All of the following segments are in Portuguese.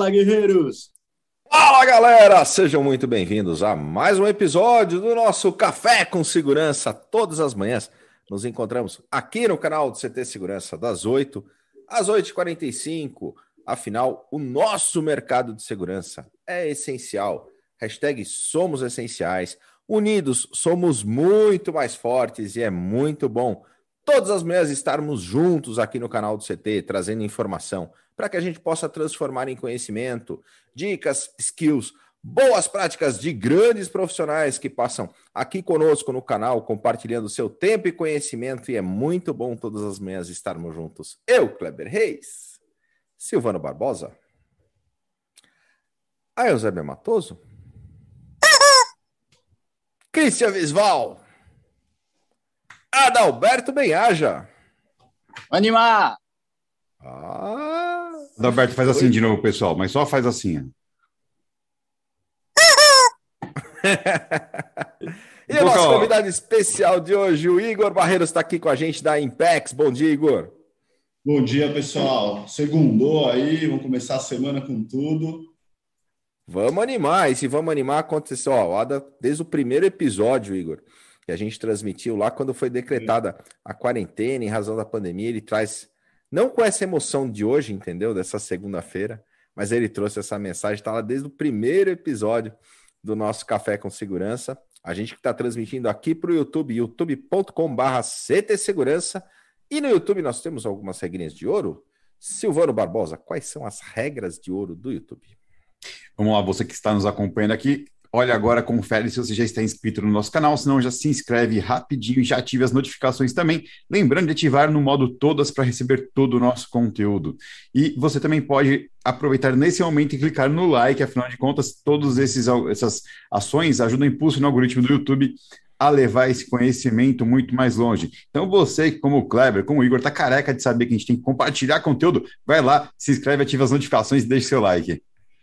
Fala, guerreiros! Fala, galera! Sejam muito bem-vindos a mais um episódio do nosso Café com Segurança. Todas as manhãs nos encontramos aqui no canal do CT Segurança, das 8 às 8h45. Afinal, o nosso mercado de segurança é essencial. Hashtag somos essenciais. Unidos, somos muito mais fortes e é muito bom todas as manhãs estarmos juntos aqui no canal do CT, trazendo informação para que a gente possa transformar em conhecimento, dicas, skills, boas práticas de grandes profissionais que passam aqui conosco no canal, compartilhando seu tempo e conhecimento, e é muito bom todas as manhãs estarmos juntos. Eu, Kleber Reis, Silvano Barbosa, a Eusébio Matoso, Cristian Visval, Adalberto Benhaja. Animar! Adalberto, faz assim de novo, pessoal, mas só faz assim. E o nosso convidado especial de hoje, o Igor Barreiros, está aqui com a gente da Impex. Bom dia, Igor. Bom dia, pessoal. Segundou aí, vamos começar a semana com tudo. Vamos animar, e se vamos animar, aconteceu, desde o primeiro episódio, Igor, que a gente transmitiu lá, quando foi decretada a quarentena em razão da pandemia, ele traz, não com essa emoção de hoje, entendeu, dessa segunda-feira, mas ele trouxe essa mensagem, está lá desde o primeiro episódio do nosso Café com Segurança, a gente que está transmitindo aqui para o YouTube, youtube.com/CT Segurança, e no YouTube nós temos algumas regrinhas de ouro. Silvano Barbosa, quais são as regras de ouro do YouTube? Vamos lá, você que está nos acompanhando aqui, olha agora, confere se você já está inscrito no nosso canal, senão já se inscreve rapidinho e já ative as notificações também, lembrando de ativar no modo todas para receber todo o nosso conteúdo. E você também pode aproveitar nesse momento e clicar no like, afinal de contas, todas essas ações ajudam a impulsionar o algoritmo do YouTube a levar esse conhecimento muito mais longe. Então você, como o Kleber, como o Igor, está careca de saber que a gente tem que compartilhar conteúdo, vai lá, se inscreve, ativa as notificações e deixa seu like.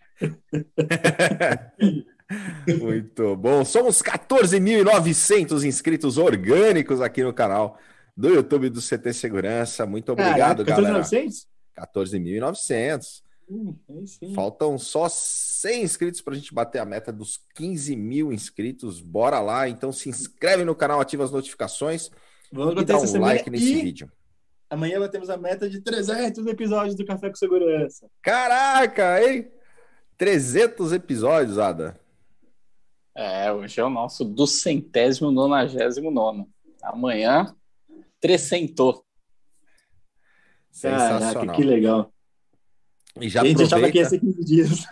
Muito bom. Somos 14.900 inscritos orgânicos aqui no canal do YouTube do CT Segurança. Muito obrigado, galera. 14.900. Faltam só 100 inscritos para a gente bater a meta dos 15 mil inscritos. Bora lá. Então se inscreve no canal, ativa as notificações e dá um like nesse vídeo. Amanhã batemos a meta de 300 episódios do Café com Segurança. Caraca, hein? 300 episódios, Ada. Hoje é o nosso 299º. Amanhã, trezentou. Sensacional. Caraca, que legal. E já a gente aproveita... achava que ia ser 15 dias.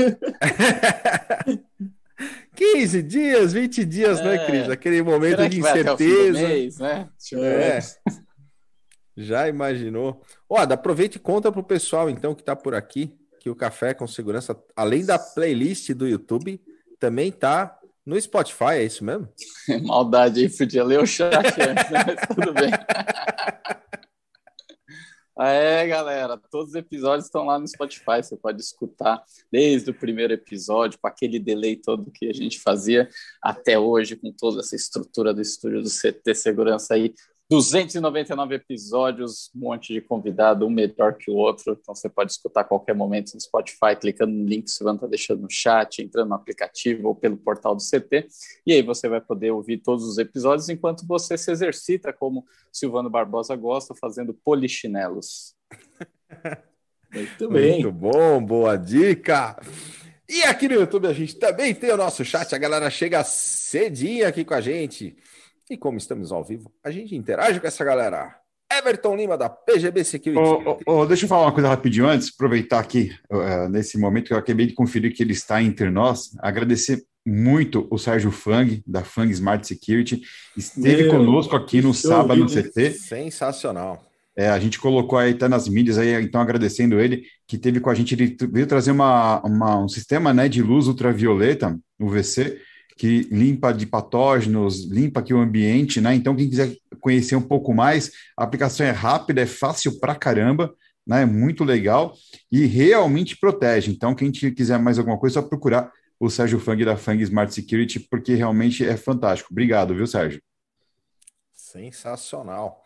15 dias, 20 dias, né, Cris? Aquele momento de incerteza. Mês, né? Já imaginou? Ada, aproveita e conta pro pessoal, então, que tá por aqui, que o Café com Segurança, além da playlist do YouTube, também tá no Spotify, é isso mesmo? Maldade aí, podia ler o chat antes, né? Mas tudo bem. Galera, todos os episódios estão lá no Spotify, você pode escutar desde o primeiro episódio, com aquele delay todo que a gente fazia, até hoje, com toda essa estrutura do estúdio do CT Segurança aí, 299 episódios, um monte de convidado, um melhor que o outro, então você pode escutar a qualquer momento no Spotify, clicando no link que o Silvano está deixando no chat, entrando no aplicativo ou pelo portal do CT, e aí você vai poder ouvir todos os episódios enquanto você se exercita, como Silvano Barbosa gosta, fazendo polichinelos. Muito bem. Muito bom, boa dica! E aqui no YouTube a gente também tem o nosso chat, a galera chega cedinho aqui com a gente. E como estamos ao vivo, a gente interage com essa galera. Everton Lima, da PGB Security. Deixa eu falar uma coisa rapidinho antes, aproveitar aqui, nesse momento que eu acabei de conferir que ele está entre nós, agradecer muito o Sérgio Fang, da Fang Smart Security, esteve conosco aqui no sábado no CT. Sensacional. A gente colocou aí, tá nas mídias aí, então agradecendo ele, que esteve com a gente, ele veio trazer um sistema, né, de luz ultravioleta, UVC, que limpa de patógenos, limpa aqui o ambiente, né? Então, quem quiser conhecer um pouco mais, a aplicação é rápida, é fácil pra caramba, né? É muito legal e realmente protege. Então, quem quiser mais alguma coisa, é só procurar o Sérgio Fang da Fang Smart Security, porque realmente é fantástico. Obrigado, viu, Sérgio? Sensacional.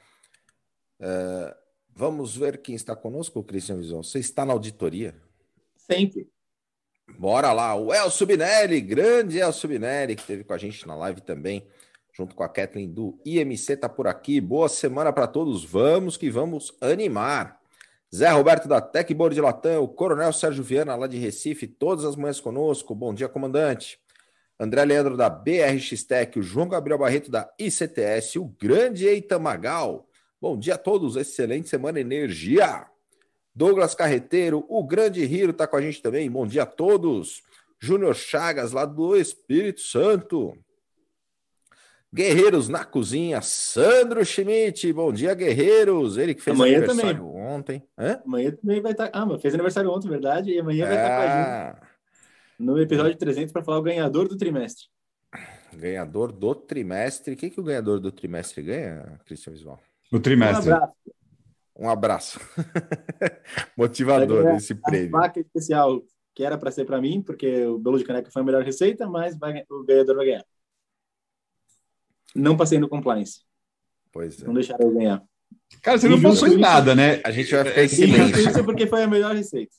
Vamos ver quem está conosco, Cristian Visão. Você está na auditoria? Sempre. Bora lá, o Elcio Binelli, grande Elcio Binelli, que esteve com a gente na live também, junto com a Kathleen do IMC, tá por aqui. Boa semana para todos, vamos que vamos animar. Zé Roberto da Techboard de Latam, o Coronel Sérgio Viana, lá de Recife, todas as manhãs conosco. Bom dia, comandante. André Leandro da BRX Tech, o João Gabriel Barreto da ICTS, o grande Eita Magal. Bom dia a todos, excelente semana, energia. Douglas Carreteiro, o grande Hiro está com a gente também. Bom dia a todos. Júnior Chagas, lá do Espírito Santo. Guerreiros na cozinha, Sandro Schmidt. Bom dia, guerreiros. Ele que fez Amanhã aniversário também. ontem. Hã? Amanhã também vai estar. Mas fez aniversário ontem, verdade? E amanhã vai estar com a gente no episódio 300 para falar o ganhador do trimestre. Ganhador do trimestre. O que o ganhador do trimestre ganha, Cristian Visual? No trimestre. Um abraço. Um abraço. Motivador esse prêmio. A faca especial que era para ser para mim, porque o bolo de caneca foi a melhor receita, mas o ganhador vai ganhar. Não passei no compliance. Pois é. Não deixaram eu ganhar. Cara, você não passou em nada, né? A gente vai ficar em silêncio. Isso porque foi a melhor receita.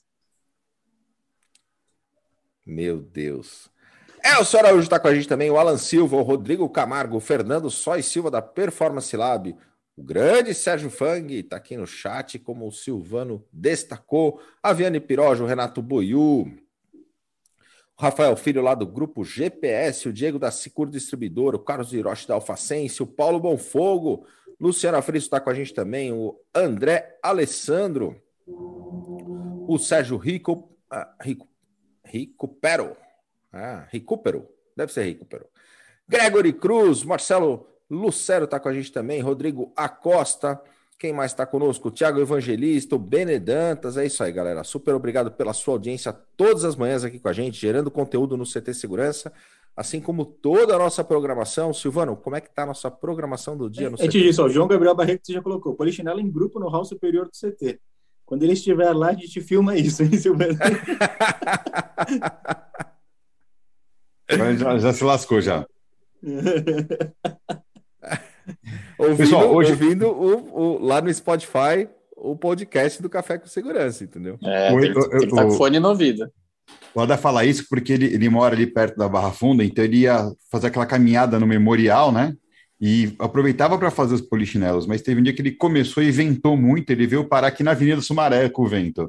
Meu Deus. O senhor Araújo está com a gente também, o Alan Silva, o Rodrigo Camargo, o Fernando Sois Silva da Performance Lab, o grande Sérgio Fang está aqui no chat, como o Silvano destacou, a Viane Piroja, o Renato Boiú, o Rafael Filho lá do grupo GPS, o Diego da Sicur Distribuidor, o Carlos Hiroshi da Alfacense, o Paulo Bonfogo, Luciana Friso está com a gente também, o André Alessandro, o Sérgio Recupero, deve ser Recupero. Gregory Cruz, Marcelo Lucero está com a gente também, Rodrigo Acosta, quem mais está conosco? O Thiago Evangelista, o Benedantas, é isso aí, galera. Super obrigado pela sua audiência todas as manhãs aqui com a gente, gerando conteúdo no CT Segurança, assim como toda a nossa programação. Silvano, como é que está a nossa programação do dia no CT? Antes disso, o João Gabriel Barreto já colocou polichinelo em grupo no hall superior do CT. Quando ele estiver lá, a gente filma isso, hein, Silvano? Já se lascou, já. ouvindo lá no Spotify o podcast do Café com Segurança, entendeu? Tem que estar com fone no ouvido. O Ada fala isso porque ele mora ali perto da Barra Funda, então ele ia fazer aquela caminhada no memorial, né? E aproveitava para fazer os polichinelos, mas teve um dia que ele começou e ventou muito, ele veio parar aqui na Avenida Sumaré com o vento.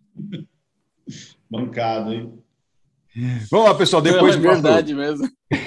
Bancado, hein? Vamos lá, pessoal, depois... É verdade mesmo.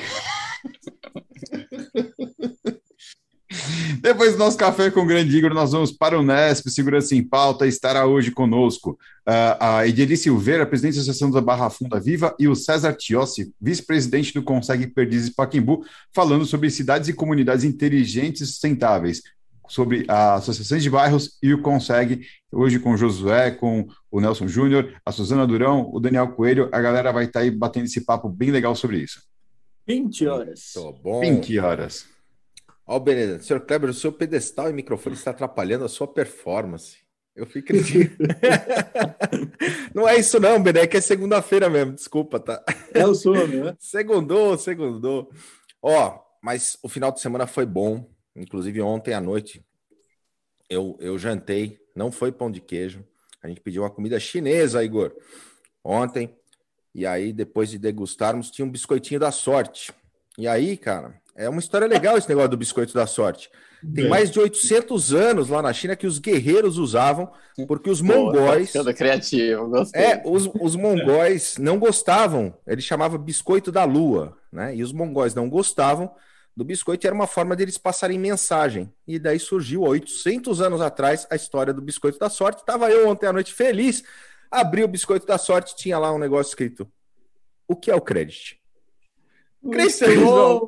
Depois do nosso café com o grande Igor, nós vamos para o Nesp, Segurança em Pauta, estará hoje conosco a Edeli Silveira, presidente da Associação da Barra Funda Viva, e o César Tiossi, vice-presidente do Conseg Perdizes Pacaembu, falando sobre cidades e comunidades inteligentes e sustentáveis, sobre as associações de bairros e o Conseg, hoje com o Josué, com o Nelson Júnior, a Suzana Durão, o Daniel Coelho, a galera vai estar aí batendo esse papo bem legal sobre isso. 20 horas. Muito bom. 20 horas. Ó, Benedito, senhor Kleber, o seu pedestal e microfone está atrapalhando a sua performance. Eu fico criticando. Não é isso não, Benedito, é que é segunda-feira mesmo, desculpa, tá? É o sono, né? Segundou. Ó, mas o final de semana foi bom, inclusive ontem à noite eu jantei, não foi pão de queijo, a gente pediu uma comida chinesa, Igor, ontem, e aí depois de degustarmos tinha um biscoitinho da sorte. E aí, cara... É uma história legal esse negócio do biscoito da sorte. Tem mais de 800 anos lá na China que os guerreiros usavam, porque os mongóis... Tá criativo, gostei. Os mongóis não gostavam, ele chamava biscoito da lua, né? E os mongóis não gostavam do biscoito, era uma forma deles passarem mensagem. E daí surgiu, 800 anos atrás, a história do biscoito da sorte. Estava eu ontem à noite feliz, abri o biscoito da sorte, tinha lá um negócio escrito: o que é o crédito? Cresceu. Boa.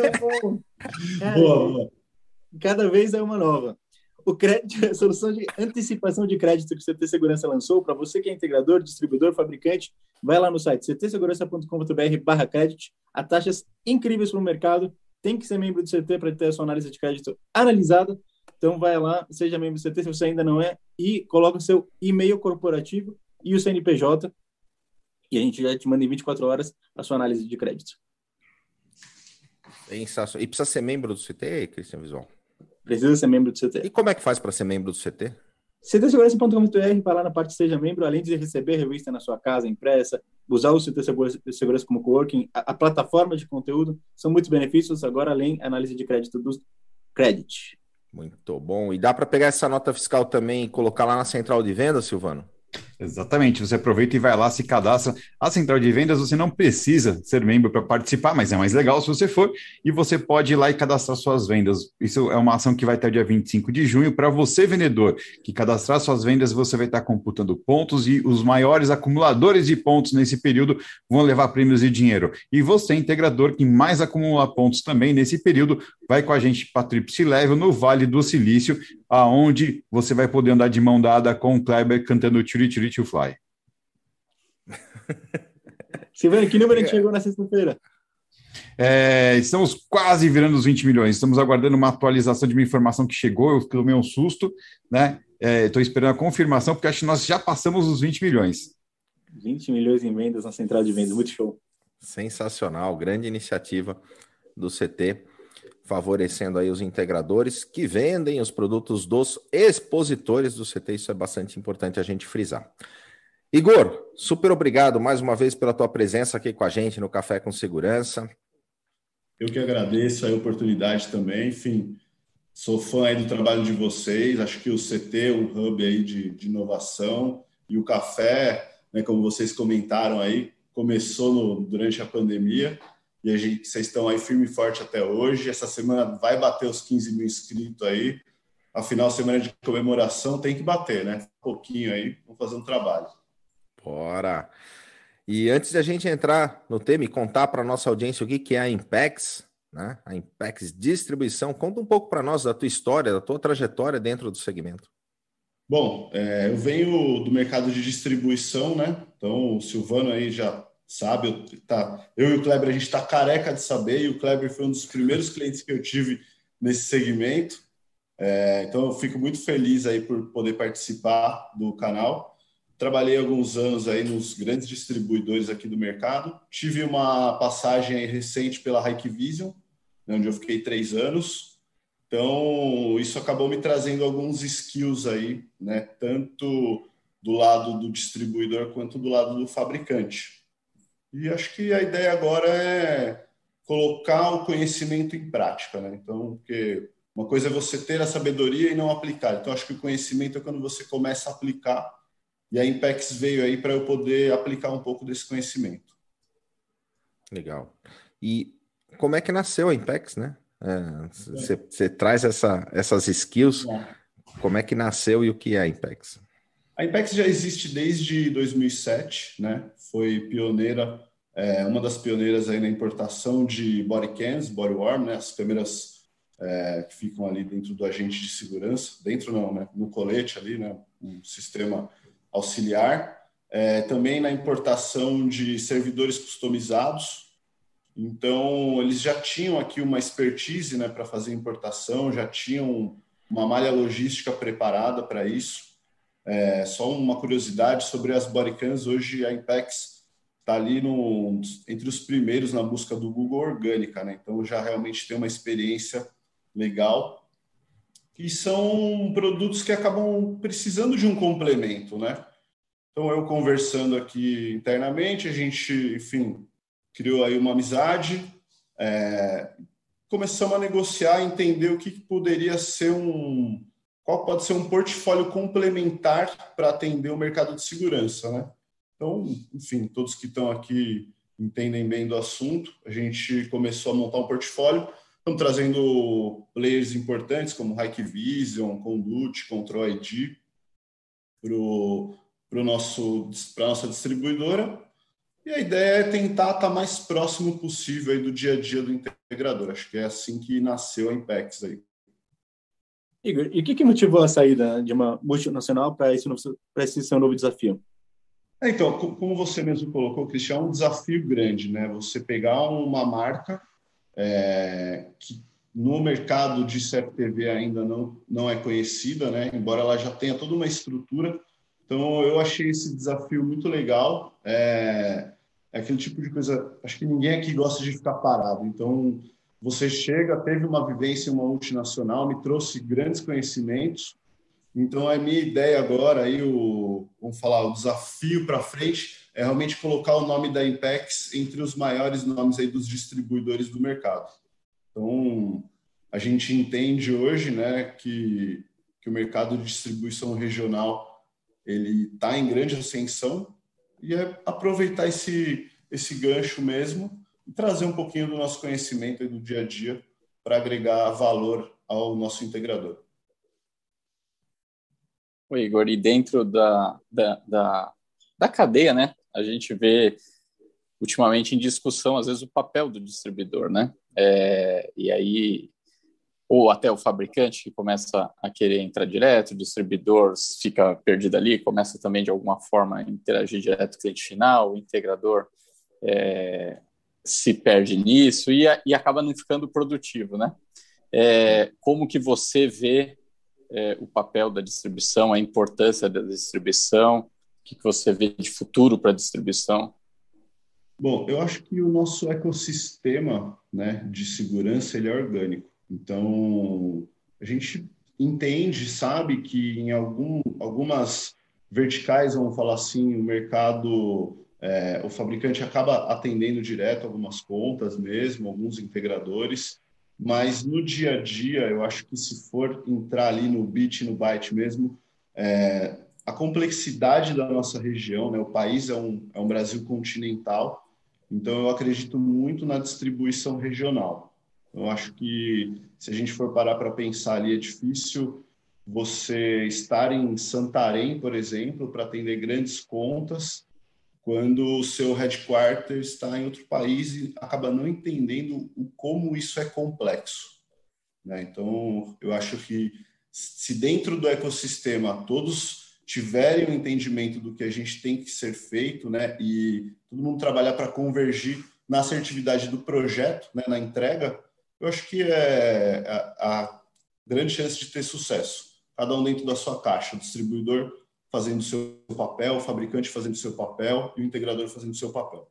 Cada vez é uma nova. O crédito é a solução de antecipação de crédito que o CT Segurança lançou. Para você que é integrador, distribuidor, fabricante, vai lá no site ctsegurança.com.br/crédito. Há taxas incríveis para o mercado. Tem que ser membro do CT para ter a sua análise de crédito analisada. Então vai lá, seja membro do CT se você ainda não é, e coloca o seu e-mail corporativo e o CNPJ, e a gente já te manda em 24 horas a sua análise de crédito. E precisa ser membro do CT, Cristian Visual? Precisa ser membro do CT. E como é que faz para ser membro do CT? ctsegurança.com.br, vai lá na parte Seja Membro, além de receber revista na sua casa, impressa, usar o CT Segurança como coworking, a plataforma de conteúdo, são muitos benefícios, agora além análise de crédito do Credit. Muito bom. E dá para pegar essa nota fiscal também e colocar lá na central de vendas, Silvano? Exatamente, você aproveita e vai lá, se cadastra. A central de vendas, você não precisa ser membro para participar, mas é mais legal se você for, e você pode ir lá e cadastrar suas vendas. Isso é uma ação que vai até o dia 25 de junho. Para você, vendedor, que cadastrar suas vendas, você vai estar computando pontos, e os maiores acumuladores de pontos nesse período vão levar prêmios e dinheiro. E você, integrador, que mais acumula pontos também nesse período, vai com a gente para a Tríplice Level no Vale do Silício, aonde você vai poder andar de mão dada com o Kleber cantando Tiri Tiri to Fly. Silvano, que número a gente chegou na sexta-feira? Estamos quase virando os 20 milhões. Estamos aguardando uma atualização de uma informação que chegou. Eu tomei um susto, né? Estou esperando a confirmação, porque acho que nós já passamos os 20 milhões. 20 milhões em vendas na central de vendas, muito show. Sensacional, grande iniciativa do CT, favorecendo aí os integradores que vendem os produtos dos expositores do CT. Isso é bastante importante a gente frisar. Igor, super obrigado mais uma vez pela tua presença aqui com a gente no Café com Segurança. Eu que agradeço a oportunidade também. Enfim, sou fã aí do trabalho de vocês. Acho que o CT é um hub aí de inovação, e o café, né, como vocês comentaram aí, começou durante a pandemia, e vocês estão aí firme e forte até hoje. Essa semana vai bater os 15 mil inscritos aí. Afinal, semana de comemoração tem que bater, né? Um pouquinho aí, vamos fazer um trabalho. Bora! E antes de a gente entrar no tema e contar para a nossa audiência o que é a Impex, né? A Impex Distribuição, conta um pouco para nós da tua história, da tua trajetória dentro do segmento. Bom, eu venho do mercado de distribuição, né? Então, o Silvano aí já sabe, eu e o Kleber, a gente está careca de saber, e o Kleber foi um dos primeiros clientes que eu tive nesse segmento. Então, eu fico muito feliz aí por poder participar do canal. Trabalhei alguns anos aí nos grandes distribuidores aqui do mercado. Tive uma passagem aí recente pela Hikvision, onde eu fiquei 3 anos. Então, isso acabou me trazendo alguns skills aí, né? Tanto do lado do distribuidor quanto do lado do fabricante. E acho que a ideia agora é colocar o conhecimento em prática, né? Então, porque uma coisa é você ter a sabedoria e não aplicar. Então, acho que o conhecimento é quando você começa a aplicar. E a Impex veio aí para eu poder aplicar um pouco desse conhecimento. Legal. E como é que nasceu a Impex, né? Você traz essas skills. Como é que nasceu e o que é a Impex? A Impex já existe desde 2007, né? Foi pioneira, uma das pioneiras aí na importação de body cams, body worn, né? As câmeras que ficam ali dentro do agente de segurança, dentro não, né? No colete ali, né? Um sistema auxiliar. Também na importação de servidores customizados. Então, eles já tinham aqui uma expertise, né, para fazer importação, já tinham uma malha logística preparada para isso. Só uma curiosidade sobre as bodycams: hoje a Impex está ali entre os primeiros na busca do Google Orgânica, né? Então, já realmente tem uma experiência legal. E são produtos que acabam precisando de um complemento, né? Então, eu conversando aqui internamente, a gente, enfim, criou aí uma amizade, começamos a negociar, entender o que poderia ser qual pode ser um portfólio complementar para atender o mercado de segurança, né? Então, enfim, todos que estão aqui entendem bem do assunto. A gente começou a montar um portfólio. Estamos trazendo players importantes como Hikvision, Conduit, Control ID para a nossa distribuidora. E a ideia é tentar estar mais próximo possível aí do dia a dia do integrador. Acho que é assim que nasceu a Impex aí. Igor, e o que motivou a saída de uma multinacional para esse seu novo desafio? Então, como você mesmo colocou, Cristian, é um desafio grande, né? Você pegar uma marca que no mercado de CFTV ainda não é conhecida, né? Embora ela já tenha toda uma estrutura. Então, eu achei esse desafio muito legal. É aquele tipo de coisa... Acho que ninguém aqui gosta de ficar parado. Então, você teve uma vivência em uma multinacional, me trouxe grandes conhecimentos Então, a minha ideia agora, aí, vamos falar, o desafio para frente é realmente colocar o nome da Impex entre os maiores nomes aí dos distribuidores do mercado. Então, a gente entende hoje, né, que o mercado de distribuição regional ele está em grande ascensão e é aproveitar esse gancho mesmo e trazer um pouquinho do nosso conhecimento aí do dia a dia para agregar valor ao nosso integrador. O Igor, e dentro da cadeia, né? A gente vê ultimamente em discussão, às vezes, o papel do distribuidor, né? E aí, ou até o fabricante que começa a querer entrar direto, o distribuidor fica perdido ali, começa também de alguma forma a interagir direto com o cliente final, o integrador se perde nisso e acaba não ficando produtivo, né? Como que você vê o papel da distribuição, a importância da distribuição, o que você vê de futuro para a distribuição? Bom, eu acho que o nosso ecossistema, né, de segurança ele é orgânico. Então, a gente entende, sabe que em algumas verticais, vamos falar assim, o mercado, o fabricante acaba atendendo direto algumas contas mesmo, alguns integradores, mas no dia a dia, eu acho que se for entrar ali no bit, no byte mesmo, a complexidade da nossa região, né, o país é um Brasil continental, então eu acredito muito na distribuição regional. Eu acho que se a gente for parar para pensar ali, é difícil você estar em Santarém, por exemplo, para atender grandes contas, quando o seu headquarter está em outro país e acaba não entendendo como isso é complexo, né? Então, eu acho que se dentro do ecossistema todos tiverem um entendimento do que a gente tem que ser feito, né, e todo mundo trabalhar para convergir na assertividade do projeto, né, na entrega, eu acho que é a grande chance de ter sucesso. Cada um dentro da sua caixa, o distribuidor fazendo o seu papel, o fabricante fazendo o seu papel e o integrador fazendo o seu papel.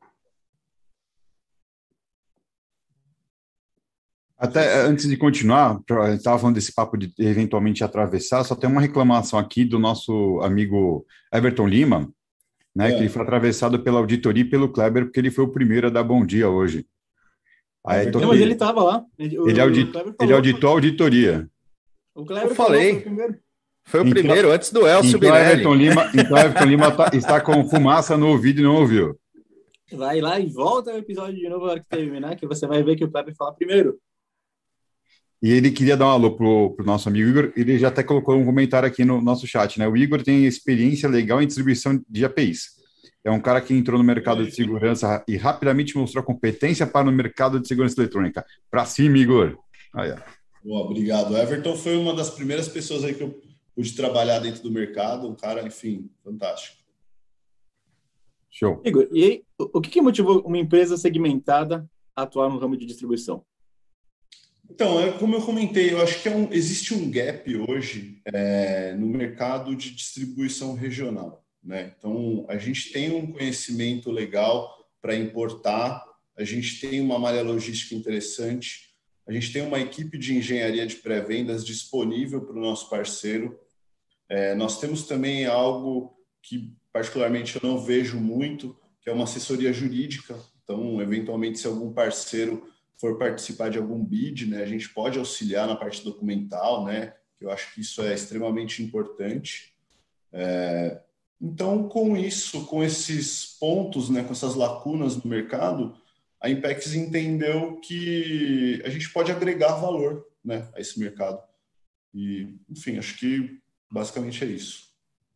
Até antes de continuar, a gente estava falando desse papo de eventualmente atravessar, só tem uma reclamação aqui do nosso amigo Everton Lima, né, que ele foi atravessado pela auditoria e pelo Kleber, porque ele foi o primeiro a dar bom dia hoje. Aí, não, mas ele estava lá. Ele auditou a auditoria. O Kleber eu falei. Foi o primeiro. Foi o primeiro, antes do Elcio Birelli. Então Everton Lima está com fumaça no ouvido e não ouviu. Vai lá e volta o episódio de novo na hora que terminar, que você vai ver que o Kleber fala primeiro. E ele queria dar um alô pro nosso amigo Igor, ele já até colocou um comentário aqui no nosso chat, né? O Igor tem experiência legal em distribuição de APIs. É um cara que entrou no mercado de segurança e rapidamente mostrou competência para o mercado de segurança eletrônica. Para cima, Igor. Aí, Boa, obrigado. O Everton foi uma das primeiras pessoas aí que eu pude trabalhar dentro do mercado, um cara, enfim, fantástico. Show. Igor, e aí, o que motivou uma empresa segmentada a atuar no ramo de distribuição? Então, como eu comentei, eu acho que existe um gap hoje no mercado de distribuição regional, né? Então, a gente tem um conhecimento legal para importar, a gente tem uma malha logística interessante, a gente tem uma equipe de engenharia de pré-vendas disponível para o nosso parceiro. Nós temos também algo que, particularmente, eu não vejo muito, que é uma assessoria jurídica. Então, eventualmente, se algum parceiro for participar de algum bid, né, a gente pode auxiliar na parte documental, né, que eu acho que isso é extremamente importante. Então, com isso, com esses pontos, né, com essas lacunas no mercado, a Impex entendeu que a gente pode agregar valor, né, a esse mercado. E, enfim, acho que basicamente é isso.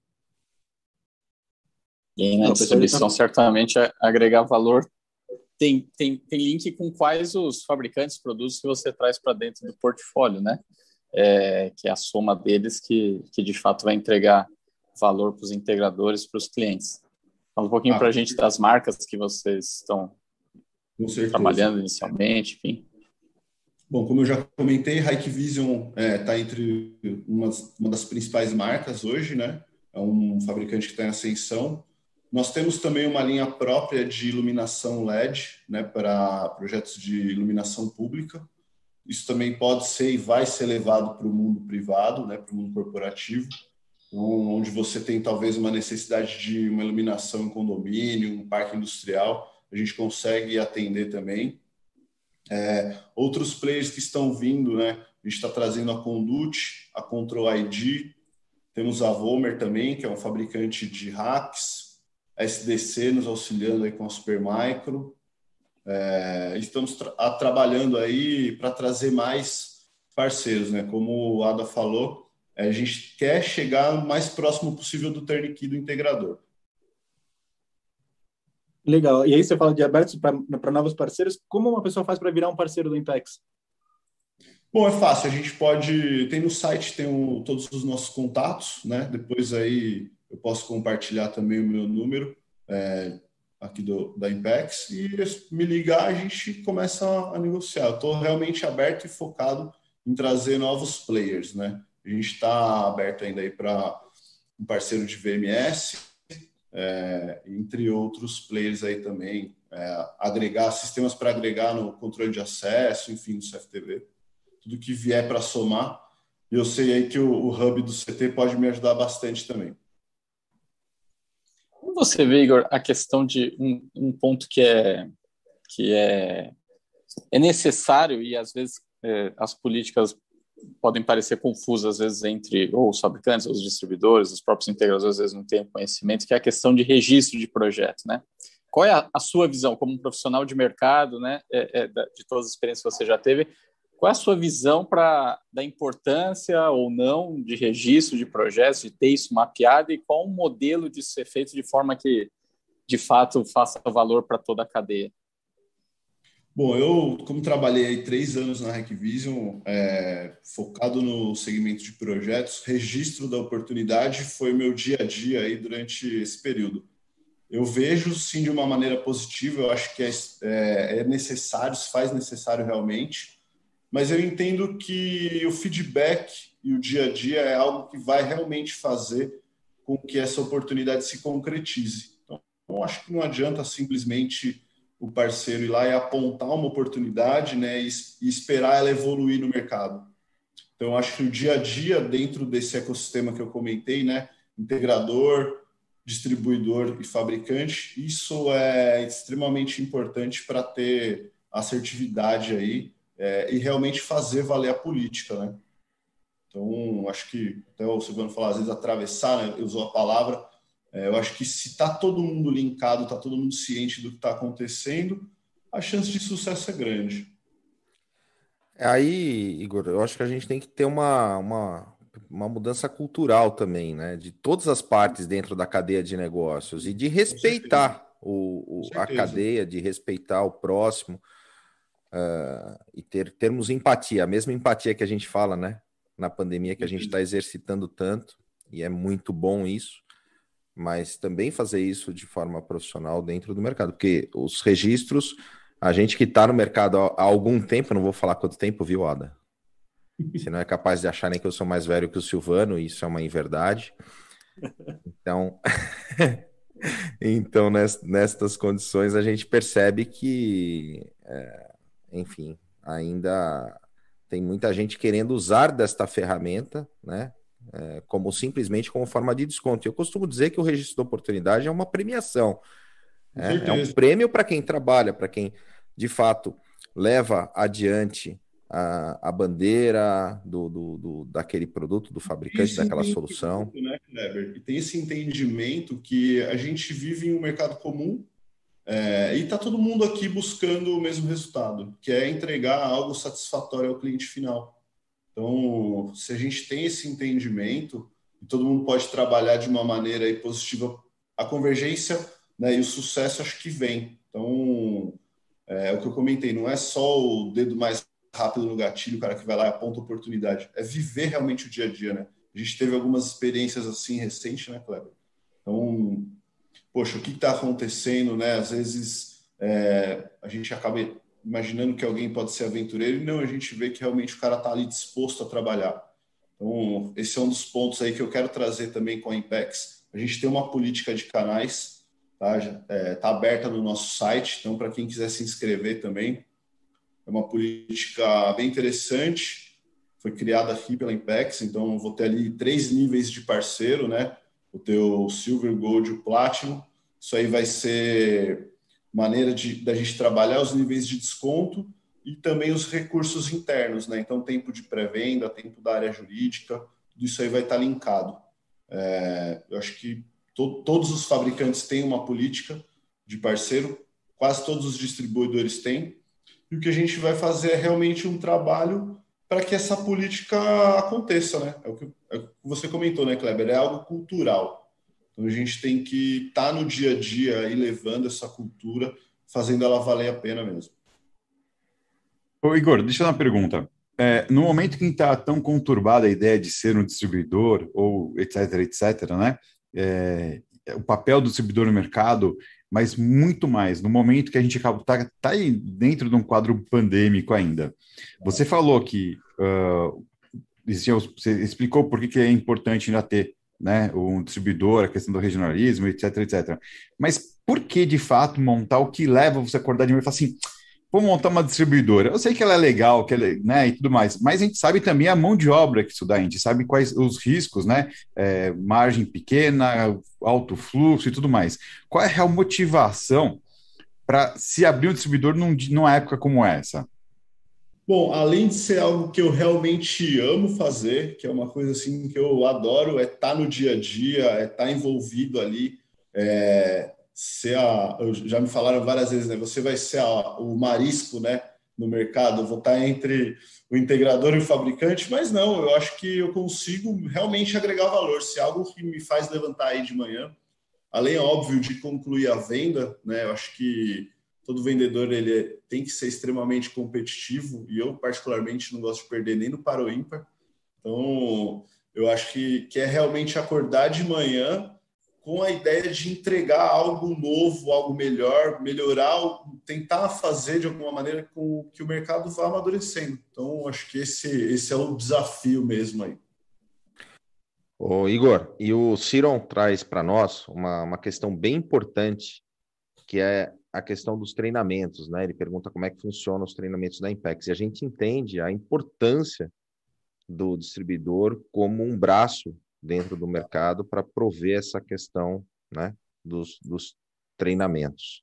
E na distribuição, certamente, agregar valor tem link com quais os fabricantes, produtos que você traz para dentro do portfólio, né? Que é a soma deles que de fato vai entregar valor para os integradores, para os clientes. Fala um pouquinho para a gente das marcas que vocês estão trabalhando inicialmente, enfim. Bom, como eu já comentei, Hikvision está entre uma das principais marcas hoje, né? É um fabricante que está em ascensão. Nós temos também uma linha própria de iluminação LED, né, para projetos de iluminação pública. Isso também pode ser e vai ser levado para o mundo privado, né, para o mundo corporativo. onde você tem talvez uma necessidade de uma iluminação em condomínio, um parque industrial, a gente consegue atender também. Outros players que estão vindo, né? A gente está trazendo a Conduit, a Control ID, temos a Vomer também, que é um fabricante de racks, a SDC nos auxiliando aí com a Supermicro. Estamos trabalhando aí para trazer mais parceiros, né? Como o Ada falou, a gente quer chegar o mais próximo possível do turnkey do integrador. Legal. E aí você fala de abertos para novos parceiros. Como uma pessoa faz para virar um parceiro do Impex? Bom, é fácil. A gente pode... Tem no site, todos os nossos contatos, né? Depois aí eu posso compartilhar também o meu número aqui da Impex e me ligar, a gente começa a negociar. Eu estou realmente aberto e focado em trazer novos players, né? A gente está aberto ainda aí para um parceiro de VMS, entre outros players aí também, agregar sistemas para agregar no controle de acesso, enfim, no CFTV, tudo que vier para somar. E eu sei aí que o hub do CT pode me ajudar bastante também. Como você vê, Igor, a questão de um ponto que é necessário e às vezes as políticas podem parecer confusas, às vezes, entre os fabricantes, os distribuidores, os próprios integradores, às vezes não têm conhecimento, que é a questão de registro de projeto, né? Qual é a sua visão como um profissional de mercado, né, de todas as experiências que você já teve? Qual é a sua visão da importância ou não de registro de projetos, de ter isso mapeado, e qual o modelo de ser feito de forma que, de fato, faça valor para toda a cadeia? Bom, eu, como trabalhei aí 3 anos na Hikvision, focado no segmento de projetos, registro da oportunidade foi meu dia a dia aí durante esse período. Eu vejo, sim, de uma maneira positiva, eu acho que é necessário, se faz necessário realmente, mas eu entendo que o feedback e o dia a dia é algo que vai realmente fazer com que essa oportunidade se concretize. Então, eu acho que não adianta simplesmente o parceiro ir lá e apontar uma oportunidade, né, e esperar ela evoluir no mercado. Então, eu acho que o dia a dia dentro desse ecossistema que eu comentei, né, integrador, distribuidor e fabricante, isso é extremamente importante para ter assertividade aí e realmente fazer valer a política, né? Então, acho que até o Silvano falou, às vezes atravessar, né, usou a palavra. Eu acho que se está todo mundo linkado, está todo mundo ciente do que está acontecendo, a chance de sucesso é grande. Aí, Igor, eu acho que a gente tem que ter uma mudança cultural também, né? De todas as partes dentro da cadeia de negócios e de respeitar a cadeia, de respeitar o próximo e termos empatia, a mesma empatia que a gente fala, né? Na pandemia que a gente está exercitando tanto, e é muito bom isso, mas também fazer isso de forma profissional dentro do mercado, porque os registros, a gente que está no mercado há algum tempo, não vou falar quanto tempo, viu, Ada? Você não é capaz de achar nem que eu sou mais velho que o Silvano, isso é uma inverdade. Então nestas condições, a gente percebe que, enfim, ainda tem muita gente querendo usar desta ferramenta, né? Simplesmente como forma de desconto. Eu costumo dizer que o registro da oportunidade é uma premiação. É um prêmio para quem trabalha, para quem, de fato, leva adiante a bandeira daquele produto, do fabricante, daquela solução. Né, Kleber? E tem esse entendimento que a gente vive em um mercado comum e está todo mundo aqui buscando o mesmo resultado, que é entregar algo satisfatório ao cliente final. Então, se a gente tem esse entendimento, e todo mundo pode trabalhar de uma maneira aí positiva, a convergência, né, e o sucesso acho que vem. Então, o que eu comentei, não é só o dedo mais rápido no gatilho, o cara que vai lá e aponta oportunidade, é viver realmente o dia a dia, né? A gente teve algumas experiências assim recentes, né, Kleber? Então, poxa, o que está acontecendo, né? Às vezes a gente acaba imaginando que alguém pode ser aventureiro e não, a gente vê que realmente o cara está ali disposto a trabalhar. Então, esse é um dos pontos aí que eu quero trazer também com a Impex. A gente tem uma política de canais, tá? Tá aberta no nosso site, então para quem quiser se inscrever também, é uma política bem interessante, foi criada aqui pela Impex, então eu vou ter ali 3 níveis de parceiro, né? O teu Silver, Gold e o Platinum. Isso aí vai ser maneira da gente trabalhar os níveis de desconto e também os recursos internos, né? Então, tempo de pré-venda, tempo da área jurídica, tudo isso aí vai estar linkado. Eu acho que todos os fabricantes têm uma política de parceiro, quase todos os distribuidores têm, e o que a gente vai fazer é realmente um trabalho para que essa política aconteça, né? É o que você comentou, né, Kleber? É algo cultural. Então, a gente tem que estar no dia a dia aí levando essa cultura, fazendo ela valer a pena mesmo. Ô, Igor, deixa eu dar uma pergunta. No momento que está tão conturbada a ideia de ser um distribuidor, ou etc., né? O papel do distribuidor no mercado, mas muito mais, no momento que a gente está aí dentro de um quadro pandêmico ainda. Você falou que você explicou por que é importante ainda ter, né, um distribuidor, a questão do regionalismo, etc. Mas por que, de fato, montar o que leva você a acordar de manhã e falar assim, vou montar uma distribuidora? Eu sei que ela é legal, né, e tudo mais, mas a gente sabe também a mão de obra que isso dá, a gente sabe quais os riscos, né, margem pequena, alto fluxo e tudo mais. Qual é a real motivação para se abrir um distribuidor numa época como essa? Bom, além de ser algo que eu realmente amo fazer, que é uma coisa assim que eu adoro, é estar no dia a dia, é estar envolvido ali, já me falaram várias vezes, né? Você vai ser o marisco, né, no mercado, eu vou estar entre o integrador e o fabricante, mas não, eu acho que eu consigo realmente agregar valor. Se é algo que me faz levantar aí de manhã, além, óbvio, de concluir a venda, né? Eu acho que todo vendedor ele tem que ser extremamente competitivo e eu, particularmente, não gosto de perder nem no par ou ímpar. Então, eu acho que é realmente acordar de manhã com a ideia de entregar algo novo, algo melhor, melhorar, tentar fazer de alguma maneira com que o mercado vá amadurecendo. Então, acho que esse é o desafio mesmo aí. Ô, Igor, e o Ciron traz para nós uma questão bem importante, que é a questão dos treinamentos, né? Ele pergunta como é que funcionam os treinamentos da Impex. E a gente entende a importância do distribuidor como um braço dentro do mercado para prover essa questão, né, dos treinamentos.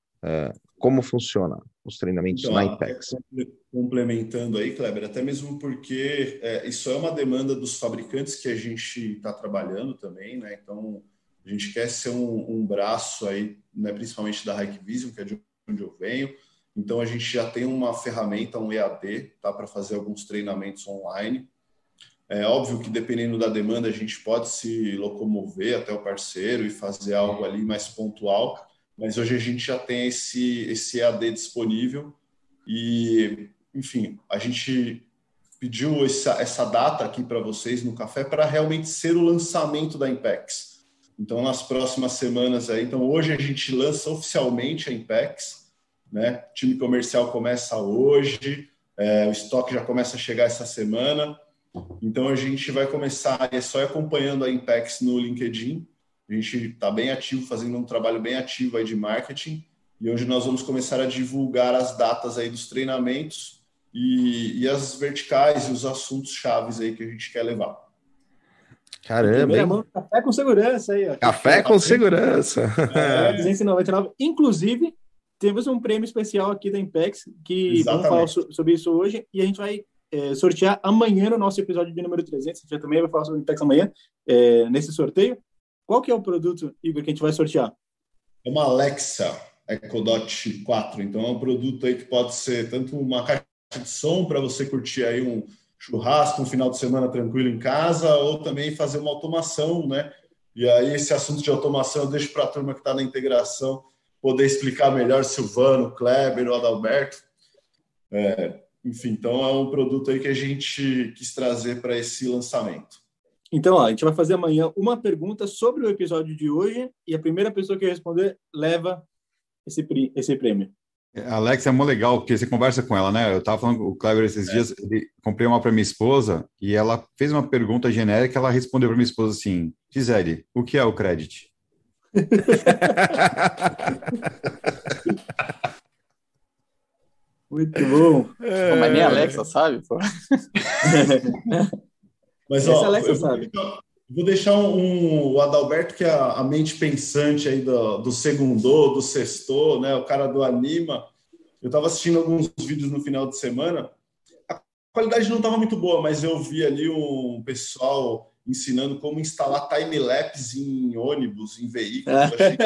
Como funcionam os treinamentos então, na Impex? Complementando aí, Kleber, até mesmo porque isso é uma demanda dos fabricantes que a gente está trabalhando também, né? Então, a gente quer ser um braço aí, né, principalmente da Hikvision, que é de onde eu venho. Então, a gente já tem uma ferramenta, um EAD, tá, para fazer alguns treinamentos online. É óbvio que, dependendo da demanda, a gente pode se locomover até o parceiro e fazer algo ali mais pontual, mas hoje a gente já tem esse EAD disponível e, enfim, a gente pediu essa data aqui para vocês no café para realmente ser o lançamento da Impex. Então, nas próximas semanas aí, então hoje a gente lança oficialmente a Impex, né? O time comercial começa hoje, o estoque já começa a chegar essa semana. Então, a gente vai começar, é só ir acompanhando a Impex no LinkedIn. A gente está bem ativo, fazendo um trabalho bem ativo aí de marketing. E hoje nós vamos começar a divulgar as datas aí dos treinamentos e as verticais e os assuntos chaves aí que a gente quer levar. Caramba, hein? Mão, café com segurança aí, ó. Café com segurança. 299. Inclusive, temos um prêmio especial aqui da Impex, que vamos falar sobre isso hoje, e a gente vai sortear amanhã no nosso episódio de número 300. A gente também vai falar sobre Impex amanhã, nesse sorteio. Qual que é o produto, Igor, que a gente vai sortear? É uma Alexa EchoDot 4. Então, é um produto aí que pode ser tanto uma caixa de som para você curtir aí um churrasco, um final de semana tranquilo em casa, ou também fazer uma automação, né? E aí, esse assunto de automação eu deixo para a turma que está na integração poder explicar melhor, Silvano, Kleber, o Adalberto. Enfim, então é um produto aí que a gente quis trazer para esse lançamento. Então, a gente vai fazer amanhã uma pergunta sobre o episódio de hoje e a primeira pessoa que responder leva esse prêmio. A Alex é muito legal, porque você conversa com ela, né? Eu estava falando com o Kleber esses dias, comprei uma para minha esposa e ela fez uma pergunta genérica, ela respondeu para minha esposa assim, Gisele, o que é o credit? Muito bom. Pô, mas nem a Alexa sabe, pô. Mas, Essa ó, Alexa eu sabe. vou deixar o Adalberto, que é a mente pensante aí do segundô, do sextou, né? O cara do Anima. Eu estava assistindo alguns vídeos no final de semana. A qualidade não estava muito boa, mas eu vi ali um pessoal ensinando como instalar time-lapse em ônibus, em veículos. Eu achei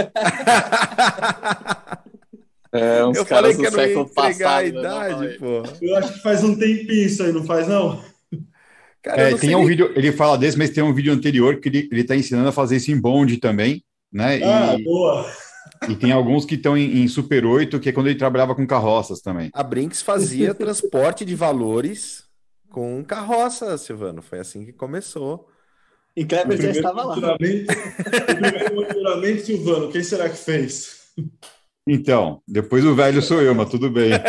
Uns Eu falei caras que do eu não ia século entregar a passado, né? Não, idade, aí. pô. Eu acho que faz um tempinho isso aí, não faz, não? Cara, eu não Tem sei um nem... vídeo, ele fala desse, mas tem um vídeo anterior que ele tá ensinando a fazer isso em bonde também, né? Ah, boa. E tem alguns que estão em Super 8, que é quando ele trabalhava com carroças também. A Brinks fazia transporte de valores com carroça, Silvano. Foi assim que começou. E O Kleber já primeiro estava lá. monitoramento, Silvano, quem será que fez? Então, depois o velho sou eu, mas tudo bem.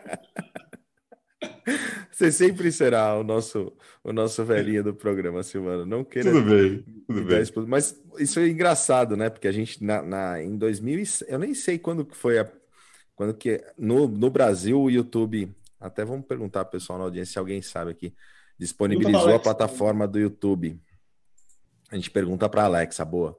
Você sempre será o nosso velhinho do programa, Silvano. Não queira Tudo bem, tudo me dar bem. expor. Mas isso é engraçado, né? Porque a gente, em 2000, eu nem sei quando que foi quando que no Brasil o YouTube, até vamos perguntar pro pessoal na audiência se alguém sabe aqui, disponibilizou a plataforma do YouTube. A gente pergunta para Alexa, boa.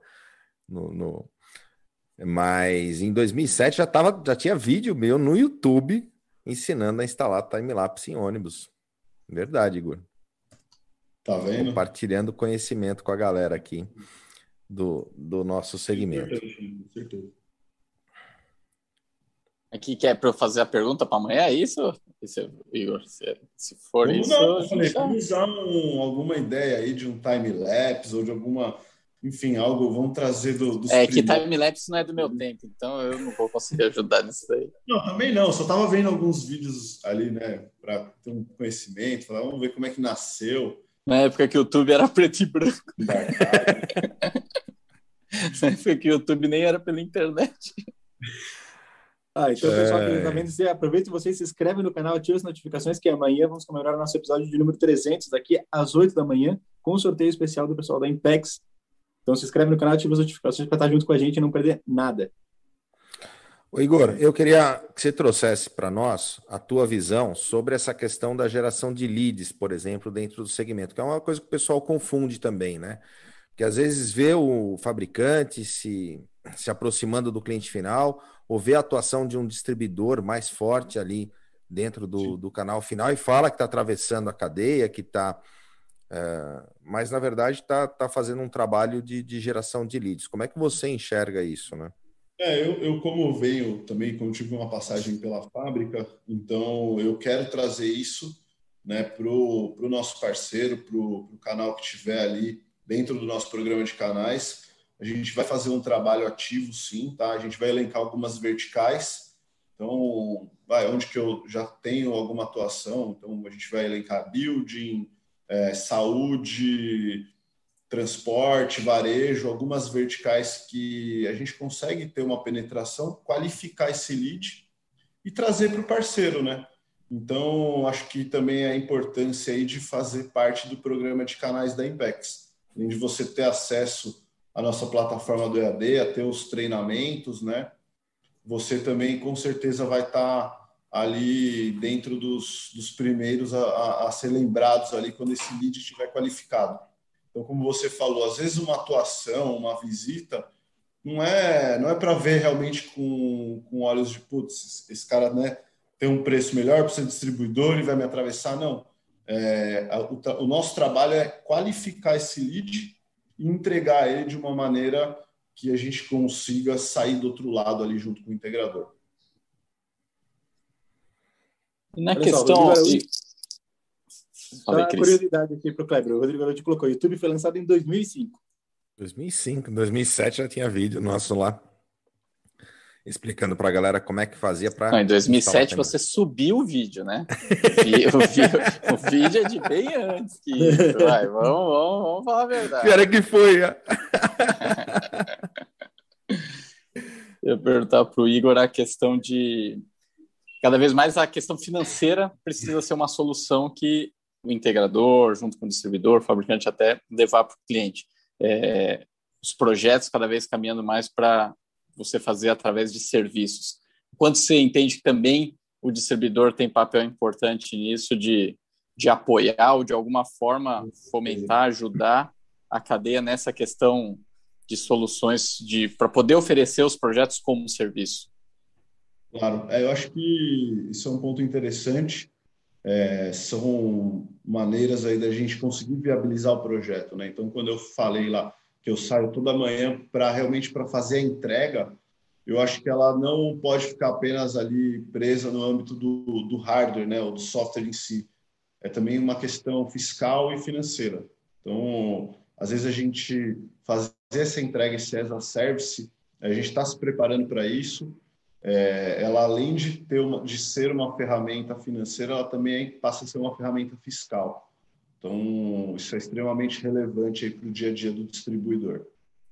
Mas em 2007 já tinha vídeo meu no YouTube ensinando a instalar time-lapse em ônibus. Verdade, Igor. Tá vendo? Compartilhando conhecimento com a galera aqui do nosso segmento. Certeza. Aqui que é para eu fazer a pergunta para amanhã, é isso? Igor, se for Vamos isso... não, eu falei, vamos usar alguma ideia aí de um time-lapse ou de alguma, enfim, algo, vamos trazer dos que time-lapse não é do meu tempo, então eu não vou conseguir ajudar nisso aí. Não, também não, só estava vendo alguns vídeos ali, né, para ter um conhecimento, falar, vamos ver como é que nasceu. Na época que o YouTube era preto e branco. Na época que o YouTube nem era pela internet. Então, pessoal que está vendo, aproveita e você se inscreve no canal, ativa as notificações, que amanhã vamos comemorar o nosso episódio de número 300, daqui às 8 da manhã, com um sorteio especial do pessoal da Impex. Então, se inscreve no canal, ativa as notificações para estar junto com a gente e não perder nada. Ô Igor, eu queria que você trouxesse para nós a tua visão sobre essa questão da geração de leads, por exemplo, dentro do segmento, que é uma coisa que o pessoal confunde também, né? Porque às vezes vê o fabricante se aproximando do cliente final, ou vê a atuação de um distribuidor mais forte ali dentro do canal final e fala que está atravessando a cadeia, que está... mas, na verdade, está fazendo um trabalho de geração de leads. Como é que você enxerga isso, né? Eu como venho também, como tive uma passagem pela fábrica, então eu quero trazer isso, né, para o nosso parceiro, para o canal que tiver ali dentro do nosso programa de canais. A gente vai fazer um trabalho ativo, sim, tá? A gente vai elencar algumas verticais. Então, onde que eu já tenho alguma atuação, então a gente vai elencar building, saúde, transporte, varejo, algumas verticais que a gente consegue ter uma penetração, qualificar esse lead e trazer para o parceiro, né? Então, acho que também a importância aí de fazer parte do programa de canais da Impex. Além de você ter acesso à nossa plataforma do EAD, a ter os treinamentos, né? Você também, com certeza, vai estar ali dentro dos primeiros a ser lembrados ali quando esse lead estiver qualificado. Então, como você falou, às vezes uma atuação, uma visita, não é para ver realmente com olhos de, putz, esse cara, né, tem um preço melhor para ser distribuidor e vai me atravessar. Não. O nosso trabalho é qualificar esse lead e entregar ele de uma maneira que a gente consiga sair do outro lado ali junto com o integrador. E na questão... Só uma curiosidade aqui para o Kleber. O Rodrigo Garotti colocou: o YouTube foi lançado em 2005. 2005, 2007 já tinha vídeo nosso lá explicando para a galera como é que fazia para... Em 2007 você subiu o vídeo, né? O vídeo é de bem antes que isso. Vamos falar a verdade. Pior é que foi. Eu ia perguntar para o Igor a questão de... Cada vez mais a questão financeira precisa ser uma solução que o integrador, junto com o distribuidor, o fabricante, até levar para o cliente. Os projetos cada vez caminhando mais para você fazer através de serviços. Quanto você entende que também o distribuidor tem papel importante nisso de apoiar ou de alguma forma fomentar, ajudar a cadeia nessa questão de soluções para poder oferecer os projetos como serviço? Claro, eu acho que isso é um ponto interessante. São maneiras aí da gente conseguir viabilizar o projeto, né? Então, quando eu falei lá que eu saio toda manhã realmente para fazer a entrega, eu acho que ela não pode ficar apenas ali presa no âmbito do hardware, né, ou do software em si. É também uma questão fiscal e financeira. Então, às vezes a gente fazer essa entrega, esse as a service, a gente está se preparando para isso. Ela, além de ser uma ferramenta financeira, ela também passa a ser uma ferramenta fiscal. Então, isso é extremamente relevante para o dia a dia do distribuidor.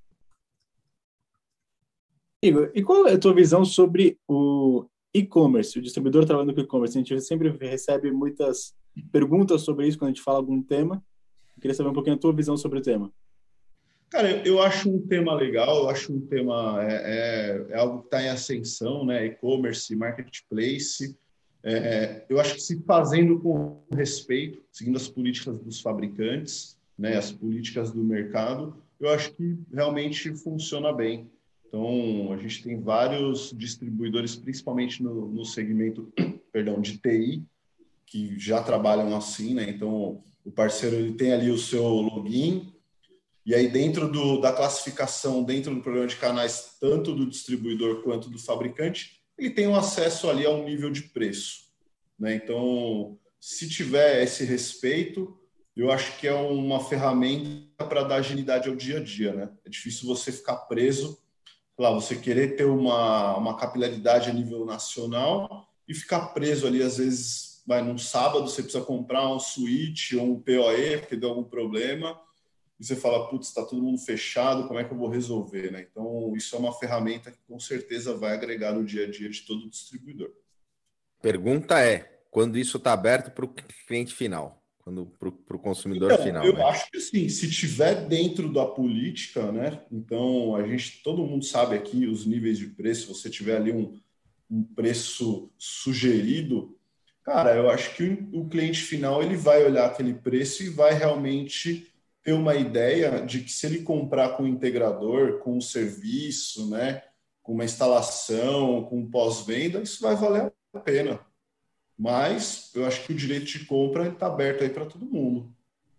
Igor, e qual é a tua visão sobre o e-commerce, o distribuidor trabalhando com e-commerce? A gente sempre recebe muitas perguntas sobre isso quando a gente fala algum tema. Eu queria saber um pouquinho a tua visão sobre o tema. Cara, eu acho um tema legal, eu acho um tema, algo que está em ascensão, né? E-commerce, marketplace. Eu acho que se fazendo com respeito, seguindo as políticas dos fabricantes, né? As políticas do mercado, eu acho que realmente funciona bem. Então, a gente tem vários distribuidores, principalmente no segmento, perdão, de TI, que já trabalham assim, né? Então, o parceiro ele tem ali o seu login, e aí dentro da classificação, dentro do programa de canais, tanto do distribuidor quanto do fabricante, ele tem um acesso ali a um nível de preço, né? Então, se tiver esse respeito, eu acho que é uma ferramenta para dar agilidade ao dia a dia, né? É difícil você ficar preso, lá, você querer ter uma capilaridade a nível nacional e ficar preso ali, às vezes, num sábado você precisa comprar um switch ou um PoE, porque deu algum problema, e você fala, putz, está todo mundo fechado, como é que eu vou resolver, né? Então, isso é uma ferramenta que com certeza vai agregar no dia a dia de todo distribuidor. Pergunta é, quando isso está aberto para o cliente final? Para o consumidor Então, final, eu né? acho que assim, se tiver dentro da política, né? Então, todo mundo sabe aqui os níveis de preço, se você tiver ali um preço sugerido, cara, eu acho que o cliente final ele vai olhar aquele preço e vai realmente ter uma ideia de que se ele comprar com o integrador, com um serviço, né? Com uma instalação, com um pós-venda, isso vai valer a pena. Mas eu acho que o direito de compra está aberto aí para todo mundo.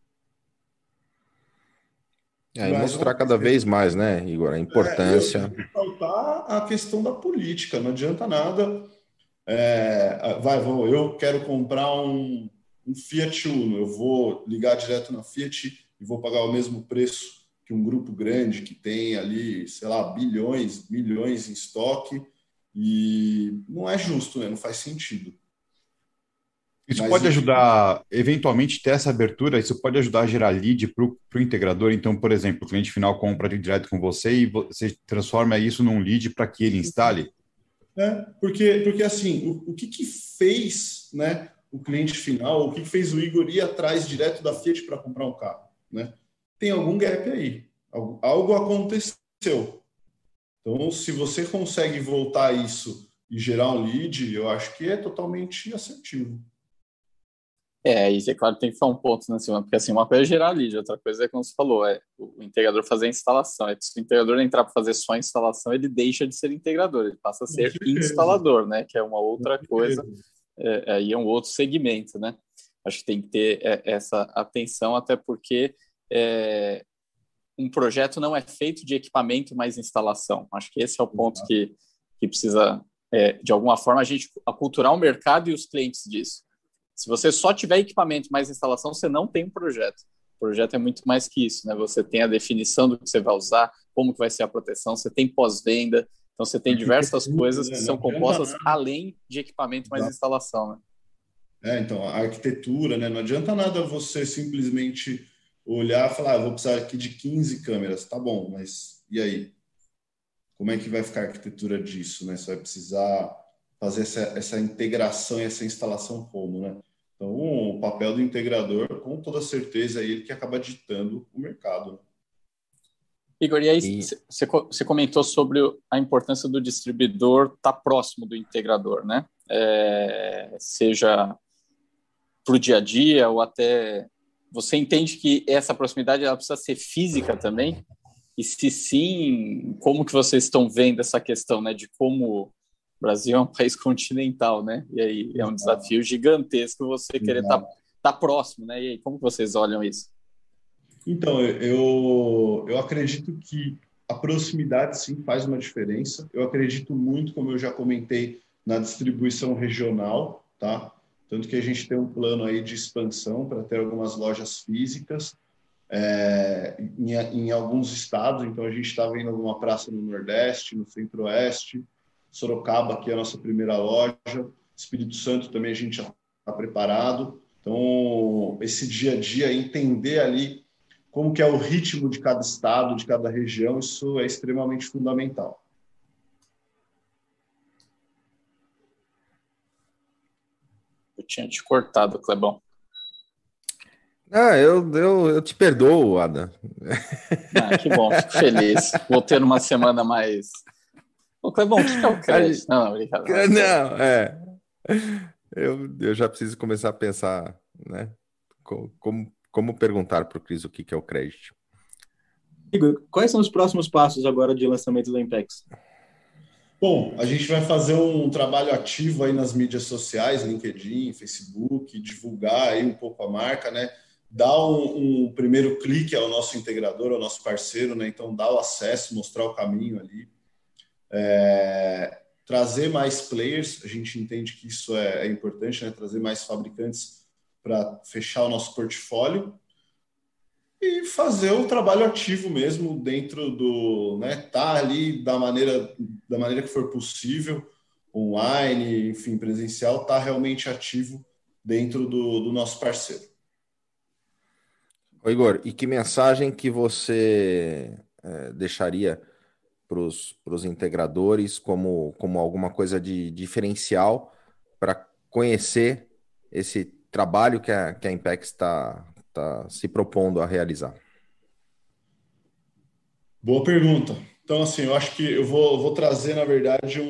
E mostrar cada vez mais, né, Igor, a importância. Faltar a questão da política, não adianta nada. Eu quero comprar um Fiat Uno, eu vou ligar direto na Fiat e vou pagar o mesmo preço que um grupo grande que tem ali, sei lá, bilhões, milhões em estoque, e não é justo, né? Não faz sentido. Isso pode ajudar, eventualmente, ter essa abertura, isso pode ajudar a gerar lead para o integrador. Então, por exemplo, o cliente final compra direto com você e você transforma isso num lead para que ele instale? Porque assim, o que fez, né, o cliente final, o que fez o Igor ir atrás direto da Fiat para comprar um carro? Né? Tem algum gap aí, algo aconteceu. Então, se você consegue voltar isso e gerar um lead, eu acho que é totalmente assertivo. Isso é claro, tem que falar um ponto, né, Silvana? Porque assim, uma coisa é gerar lead, outra coisa é como você falou, o integrador fazer a instalação. Se o integrador entrar para fazer só a instalação, ele deixa de ser integrador, ele passa a ser instalador, né? Que é uma outra coisa, aí é um outro segmento, né? Acho que tem que ter essa atenção, até porque um projeto não é feito de equipamento mais instalação. Acho que esse é o ponto que precisa, de alguma forma, a gente aculturar o mercado e os clientes disso. Se você só tiver equipamento mais instalação, você não tem um projeto. O projeto é muito mais que isso, né? Você tem a definição do que você vai usar, como que vai ser a proteção, você tem pós-venda, então você tem diversas coisas que são compostas além de equipamento mais instalação, né? Então, a arquitetura, né? Não adianta nada você simplesmente olhar e falar, vou precisar aqui de 15 câmeras, tá bom, mas e aí? Como é que vai ficar a arquitetura disso, né? Você vai precisar fazer essa integração e essa instalação como, né? Então, o papel do integrador, com toda certeza, é ele que acaba ditando o mercado. Igor, e aí você comentou sobre a importância do distribuidor estar próximo do integrador, né? seja para o dia a dia ou até... Você entende que essa proximidade ela precisa ser física também? E se sim, como que vocês estão vendo essa questão, né, de como o Brasil é um país continental, né? E aí é um desafio gigantesco você querer estar próximo, né? E aí, como que vocês olham isso? Então, eu acredito que a proximidade, sim, faz uma diferença. Eu acredito muito, como eu já comentei, na distribuição regional, tá? Tanto que a gente tem um plano aí de expansão para ter algumas lojas físicas em alguns estados. Então, a gente está vendo alguma praça no Nordeste, no Centro-Oeste, Sorocaba, que é a nossa primeira loja, Espírito Santo também a gente já está preparado. Então, esse dia a dia, entender ali como que é o ritmo de cada estado, de cada região, isso é extremamente fundamental. Eu tinha te cortado, Clebão. Eu te perdoo, Adam. Que bom, fico feliz. Vou ter uma semana mais... Ô, Clebão, o que é o crédito? Não, brincadeira. Eu já preciso começar a pensar, né? Como perguntar para o Cris o que é o crédito. Igor, quais são os próximos passos agora de lançamento da Impex? Bom, a gente vai fazer um trabalho ativo aí nas mídias sociais, LinkedIn, Facebook, divulgar aí um pouco a marca, né? Dar um primeiro clique ao nosso integrador, ao nosso parceiro, né? Então, dar o acesso, mostrar o caminho ali. Trazer mais players, a gente entende que isso é importante, né? Trazer mais fabricantes para fechar o nosso portfólio e fazer o trabalho ativo mesmo dentro do, né, tá ali da maneira que for possível, online, enfim, presencial, tá realmente ativo dentro do nosso parceiro. Ô Igor, e que mensagem que você deixaria para os integradores como alguma coisa de diferencial para conhecer esse trabalho que a Impex está se propondo a realizar? Boa pergunta. Então, assim, eu acho que eu vou trazer, na verdade,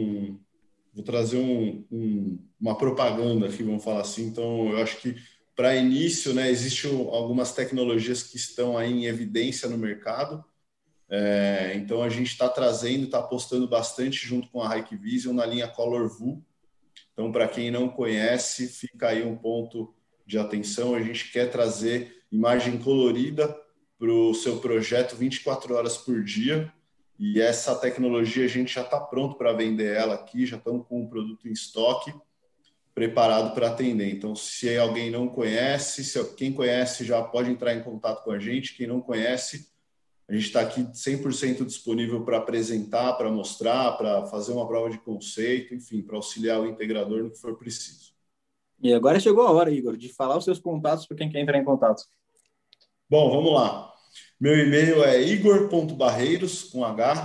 uma propaganda aqui, vamos falar assim. Então, eu acho que, para início, né, existem algumas tecnologias que estão aí em evidência no mercado. Então, a gente está trazendo, está apostando bastante junto com a Hikvision na linha ColorView. Então, para quem não conhece, fica aí um ponto de atenção. A gente quer trazer imagem colorida para o seu projeto 24 horas por dia. E essa tecnologia a gente já está pronto para vender ela aqui, já estamos com o produto em estoque, preparado para atender. Então, se alguém não conhece, quem conhece já pode entrar em contato com a gente. Quem não conhece, a gente está aqui 100% disponível para apresentar, para mostrar, para fazer uma prova de conceito, enfim, para auxiliar o integrador no que for preciso. E agora chegou a hora, Igor, de falar os seus contatos para quem quer entrar em contato. Bom, vamos lá. Meu e-mail é igor.barreiros, com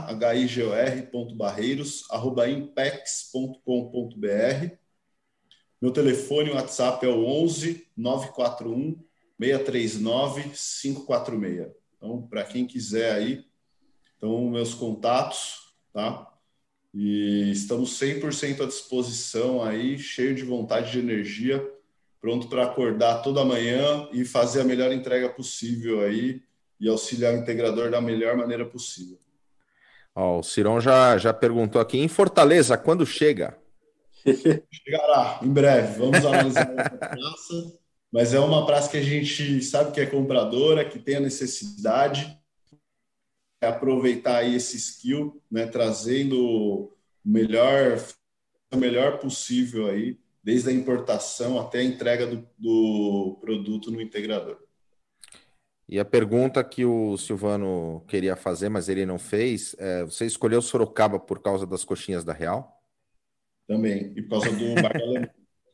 higor.barreiros@impex.com.br. Meu telefone, o WhatsApp é o 11 941 639 546. Então, para quem quiser aí, então, meus contatos, tá? E estamos 100% à disposição aí, cheio de vontade, de energia, pronto para acordar toda manhã e fazer a melhor entrega possível aí e auxiliar o integrador da melhor maneira possível. O Ciron já perguntou aqui, em Fortaleza, quando chega? Chegará, em breve. Vamos analisar essa praça, mas é uma praça que a gente sabe que é compradora, que tem a necessidade de aproveitar aí esse skill, né, trazendo o melhor possível aí, desde a importação até a entrega do produto no integrador. E a pergunta que o Silvano queria fazer, mas ele não fez, você escolheu Sorocaba por causa das coxinhas da Real? Também, e por causa do bar alemão.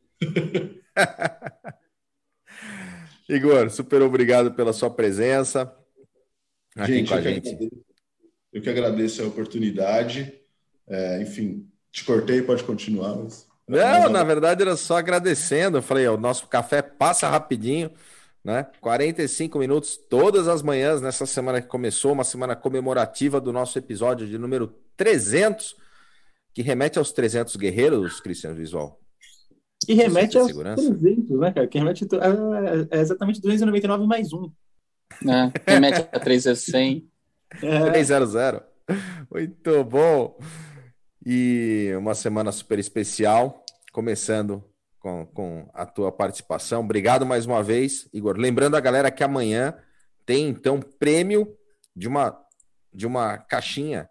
Igor, super obrigado pela sua presença aqui com a gente. Eu que agradeço a oportunidade. Enfim, te cortei, pode continuar. Não, na verdade era só agradecendo. Eu falei, o nosso café passa rapidinho, né? 45 minutos todas as manhãs nessa semana que começou, uma semana comemorativa do nosso episódio de número 300. que remete aos 300 guerreiros, Cristiano Visual. Que remete aos segurança. 300, né, cara? Que remete é exatamente 299 mais um. Remete a 3 vezes 100. 300. Muito bom. E uma semana super especial, começando com a tua participação. Obrigado mais uma vez, Igor. Lembrando a galera que amanhã tem, então, prêmio de uma caixinha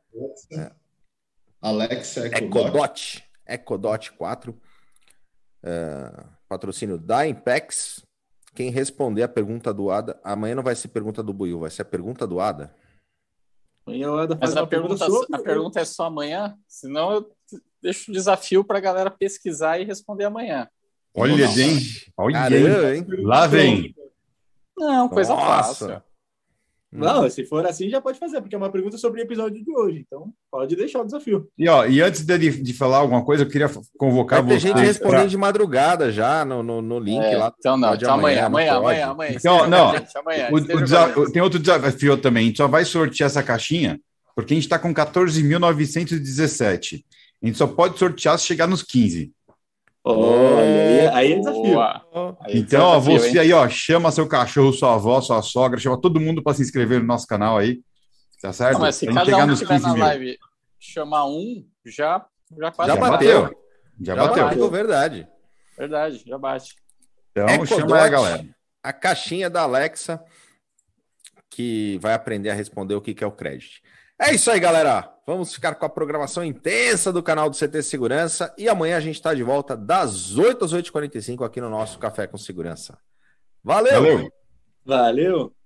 Alexa Ecodot 4, patrocínio da Impex. Quem responder a pergunta do Ada, amanhã não vai ser pergunta do Buiu, vai ser a pergunta do Ada. Mas a pergunta é só amanhã? Senão eu deixo o desafio para a galera pesquisar e responder amanhã. Olha, hein? Caramba, hein? Lá vem. Não, coisa fácil. Não, se for assim, já pode fazer, porque é uma pergunta sobre o episódio de hoje. Então, pode deixar o desafio. E antes de falar alguma coisa, eu queria convocar vocês. Vai ter gente respondendo pra... de madrugada já no link lá. Então não, então amanhã. Então, não, gente, amanhã, tem outro desafio também. A gente só vai sortear essa caixinha porque a gente está com 14.917. A gente só pode sortear se chegar nos 15. Aí é desafio. Então, você aí, chama seu cachorro, sua avó, sua sogra, chama todo mundo para se inscrever no nosso canal aí. Tá certo? Não, mas se cada um que estiver na live chamar já quase bateu. Já bateu. Verdade, já bate. Então, chama aí a galera. A caixinha da Alexa, que vai aprender a responder o que é o crédito. É isso aí, galera. Vamos ficar com a programação intensa do canal do CT Segurança e amanhã a gente está de volta das 8 às 8h45 aqui no nosso Café com Segurança. Valeu! Valeu!